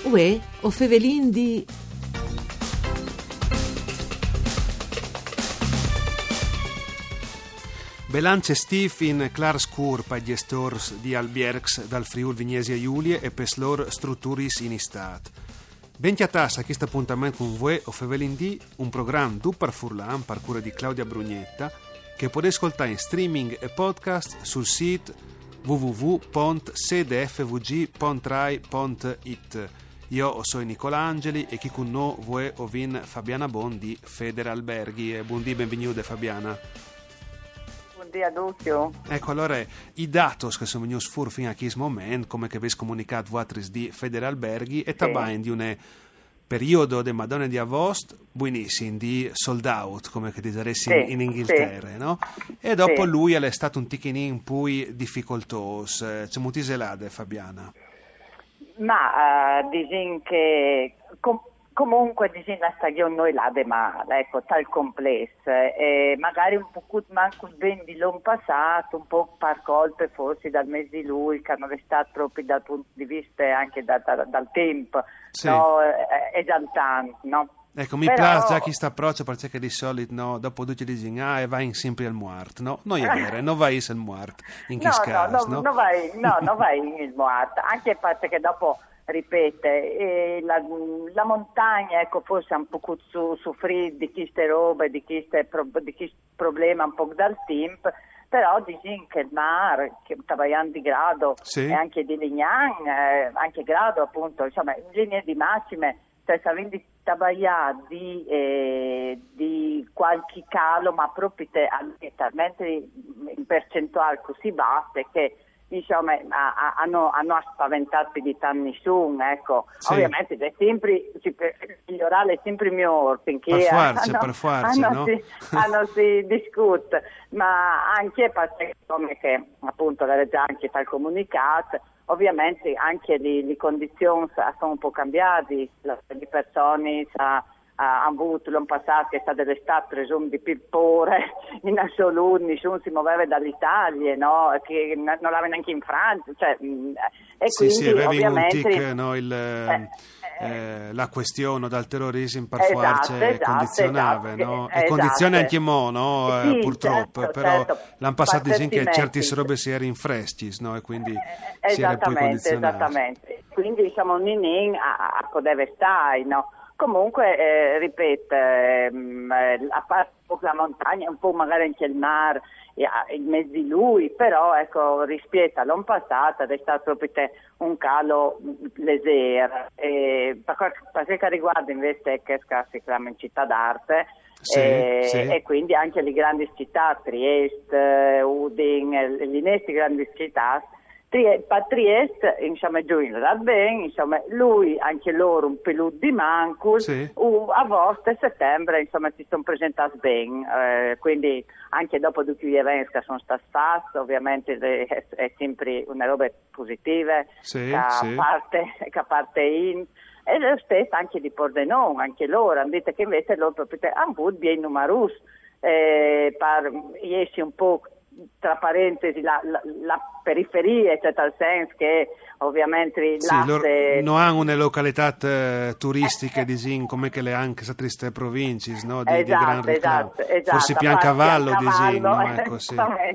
Uè, o fevelin di... Belance Stif in clar scur per gli stors di Albiergs dal Friul Vignesi a Giulie e per loro strutturis in istat. Benchiatas a questo appuntamento con voi o fevelin di un programma du par Furlan par cura di Claudia Brugnetta che potete ascoltare in streaming e podcast sul sito www.sedfvg.rai.it. Io sono Nicolangeli e chi con noi vuoi ovin Fabiana Bon di Federalberghi. Buondì, benvenuta Fabiana. Ecco, allora i dati che sono venuti fuori fino a questo momento, come che avete comunicato voi di Federalberghi, e tabain di un periodo di Madonna di Agosto, buonissimo, di sold out, come che diresti in Inghilterra, no? E dopo lui è stato un ticchinin poi difficoltoso. C'è molti zelade, Fabiana? Ma diciamo che... Comunque diciamo la stagione noi la demala, ecco, tal complessa, e magari un po' manco ben di l'anno passato, un po' per colpe forse dal mese di lui, che hanno restato proprio dal punto di vista anche dal tempo, no, esaltanti, no? Ecco, mi piace già questo approccio perché di solito no, dopo tutti dicono e vai sempre al muart, no? Non è vero, non vai al muart in questo caso, no? Non vai in muart, anche perché dopo ripete, la montagna ecco forse un po' soffrì di queste robe, di questo problema un po' dal tempo, però diciamo che il mare, che stava di grado e anche di Lignan, anche grado appunto, insomma in linee di massime, cioè avendo di qualche calo, ma proprio talmente in percentuale così basse che insomma hanno spaventato più di tanto nessuno, ecco. Ovviamente è sempre migliorare è sempre migliore finché per forza, no? si discute, ma anche perché come che appunto l'avete già anche tal comunicato, ovviamente anche le condizioni sono un po' cambiate, le persone hanno avuto l'anno passato che è stata l'estate presumo di più pure in assoluto, nessuno si muoveva dall'Italia, no? Che non l'aveva neanche in Francia, cioè, e quindi ovviamente la questione dal terrorismo per forza condizionava, no? E condiziona anche mo, no? Sì, purtroppo, però l'anno passato dicono che certi robe si erano in freschi, no? E quindi si era poi condizionato. Esattamente, quindi diciamo Ninin poteva stare, no? Comunque, ripeto, a parte la montagna, un po' magari anche il mare, il mezzo di lui, però ecco, rispetto all'anno passato è stato proprio un calo leggero. Per quel che riguarda invece che siamo in città d'arte, e quindi anche le grandi città, Trieste, Udine, le nostre grandi città, Trieste, insomma, giù bene, insomma, lui, anche loro, un pelù di Mancul, agosto e settembre, insomma, si sono presentati bene, quindi anche dopo tutti gli eventi che sono stati fatti, ovviamente è sempre una roba positiva, che parte in, e lo stesso anche di Pordenone, anche loro, hanno detto che invece loro proprio hanno avuto bien numerosi, per essi un po' tra parentesi la periferia, cioè tal senso che ovviamente non hanno una località turistiche come che le anche sa triste province, no? Di gran riclamo. Forse Piancavallo no? Ecco, sì.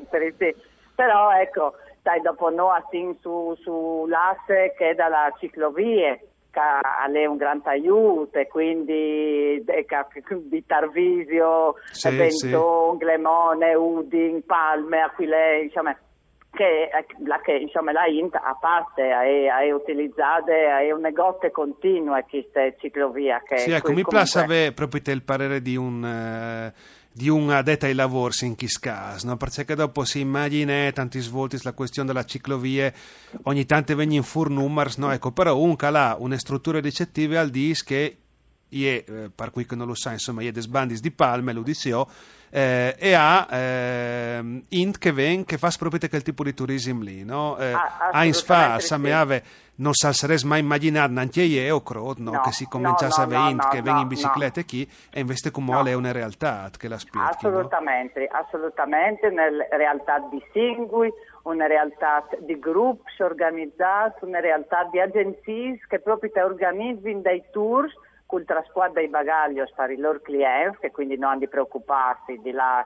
Però ecco, dai, dopo no su l'asse che è dalla ciclovia che è un gran aiuto, e quindi di Tarvisio, Benton, Glemone, Udine, Palme, Aquile, insomma, che insomma la INT a parte è utilizzata, è un negozio continuo questa ciclovia. Ecco, mi piace avere proprio il parere di un addetto ai lavori in questo caso, no? Perché dopo si immagina tanti svolti la questione della ciclovia, ogni tanto vengono fuori numeri, no? Ecco, però un ha una struttura ricettiva al DIS che per cui che non lo sa, insomma, è des bandis di Palme, lo dicevo, e ha int che fa proprio quel tipo di turismo lì, no? Heinz fa, non sarei mai immaginato neanche io, no, che si cominciasse a vedere che venga in bicicletta e invece come è una realtà che la spieghi. Assolutamente, nella realtà di singoli una realtà di gruppi organizzati, una realtà di agenzie che proprio ti organizzano dei tours col trasporto dei bagagli per i loro clienti, che quindi non hanno di preoccuparsi di la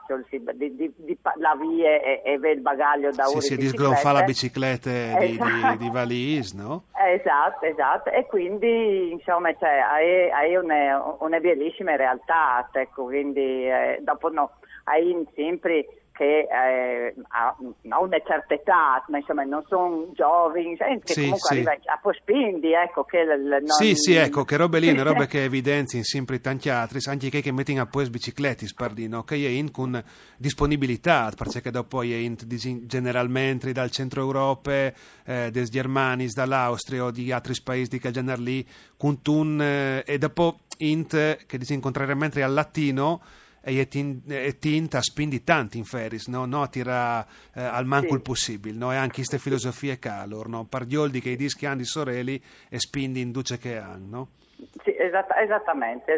via e il bagaglio da sì, di sgonfare la bicicletta di valise, no? Esatto, e quindi insomma è una bellissima realtà, ecco, quindi dopo no, hai sempre che ha una certa età, ma insomma non sono giovani, che comunque arriva a pospindi, ecco, che sì, ecco, che robe lì, robe che evidenziano sempre tanti altri, anche che mettono a posto biciclette, spardino, che è con disponibilità, perché dopo è generalmente dal centro Europa, dei Germani, dall'Austria o di altri paesi che genere lì, con e dopo che contrariamente al latino, e tinta spindi tanti in feris, no a tirare al manco il possibile, no? E anche queste filosofie calor, no? Pardioldi che i dischi hanno di sorelli e spindi in duce che hanno, no? Sì, esattamente.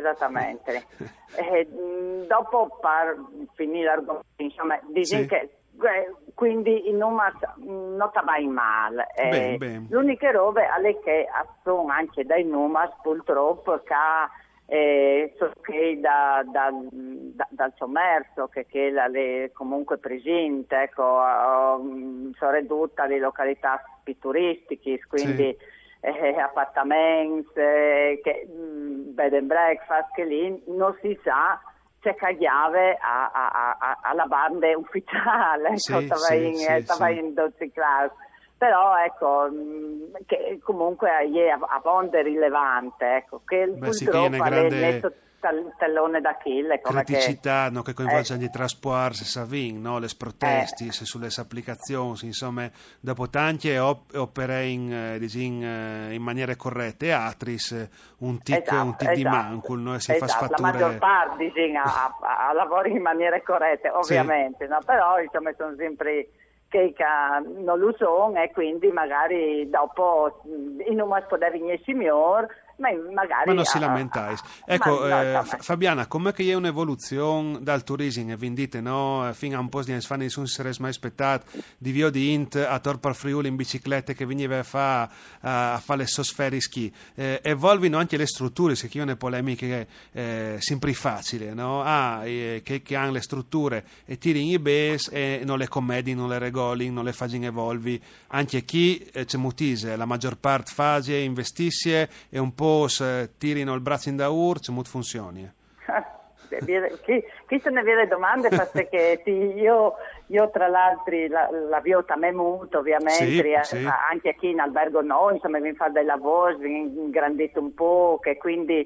Dopo per finire l'argomento, insomma, dicono che quindi i numeri non vai male. L'unica roba è che sono anche dei numeri purtroppo che dal sommerso che è comunque presente, ecco, sono ridotte le località pitturistiche, quindi appartamenti, bed and breakfast, che lì non si sa c'è cagliave alla banda ufficiale, stava in 12 classi. Però ecco che comunque è a volte rilevante, ecco, che purtroppo è netto tallone d'Achille, come criticità, no, che coinvolge anche i trasporti, Savin, no, le proteste sulle applicazioni, insomma, dopo tanti opere in maniera corretta e altri un tic di mancul, no, e si fa sfatture. La maggior parte a lavori in maniera corretta, ovviamente, no, però insomma sono sempre che non lo sono, e quindi magari dopo i numeri potevano essere migliori, ma non si lamentai. Ecco, Fabiana, com'è che è un'evoluzione dal turismo? Vendite, no? Fino a un po' di anni fa nessuno si sarebbe mai aspettato di via di Int a Torpar Friuli in biciclette che veniva a fare le sosfere ski. Evolvino anche le strutture, se chi ne polemiche sempre facile, no? Che hanno le strutture e tiri in base e non le commedi, non le regoli, non le fagin evolvi. Anche chi c'è mutise, la maggior parte fage, investisce e un po' tirino il braccio in da c'è molto funzioni. Chi se ne viene domande perché io tra l'altro l'avvio a me molto ovviamente, anche qui in albergo no, insomma mi fa dei lavori, mi ingrandito un po', che quindi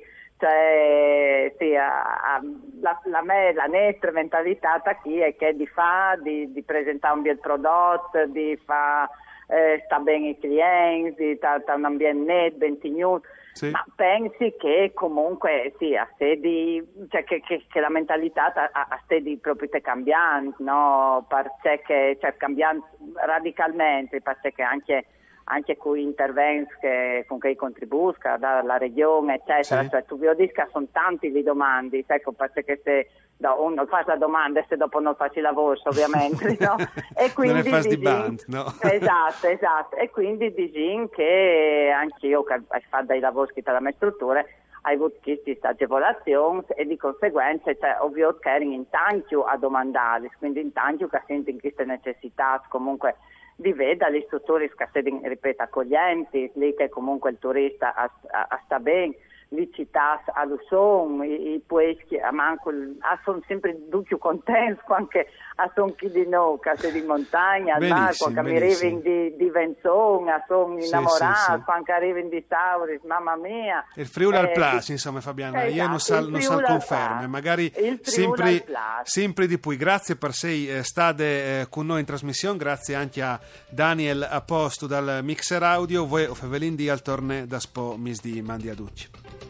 la nostra mentalità qui è che di presentare un bel prodotto, di fare sta bene i clienti, di stare un ambiente netto, ben tenuto. Sì. Ma pensi che comunque a sedi, cioè che la mentalità a sedi proprio cambiante, no? Perché cambiando radicalmente, perché anche con interventi con cui contribuisca dalla regione, eccetera, cioè tu vi dici che sono tanti le domande, ecco, perché se uno fa la domanda e se dopo non faccio il lavoro ovviamente, no? E quindi non ne fai di band, no? Esatto, e quindi dici che anche io che faccio dei lavori dalla mia struttura hai avuto queste agevolazioni e di conseguenza ovvio che eri in tanto a domandare, quindi in tanto che senti queste necessità comunque di vedere le strutture che sono, ripeto, accoglienti, lì che comunque il turista sta bene, le città allo sono, i poeti sono sempre più contenti anche a son chi di noi, che di montagna, al mare, quando mi arrivano di Venzone, sono innamorati, quando arrivano di Sauris, mamma mia. Il Friuli al Plus, insomma, Fabiana, io non so conferme, magari sempre di più. Grazie per sei state con noi in trasmissione, grazie anche a Daniel Aposto dal Mixer Audio, voi Fevelin di al torne da Spo Misdi Mandi Aducci.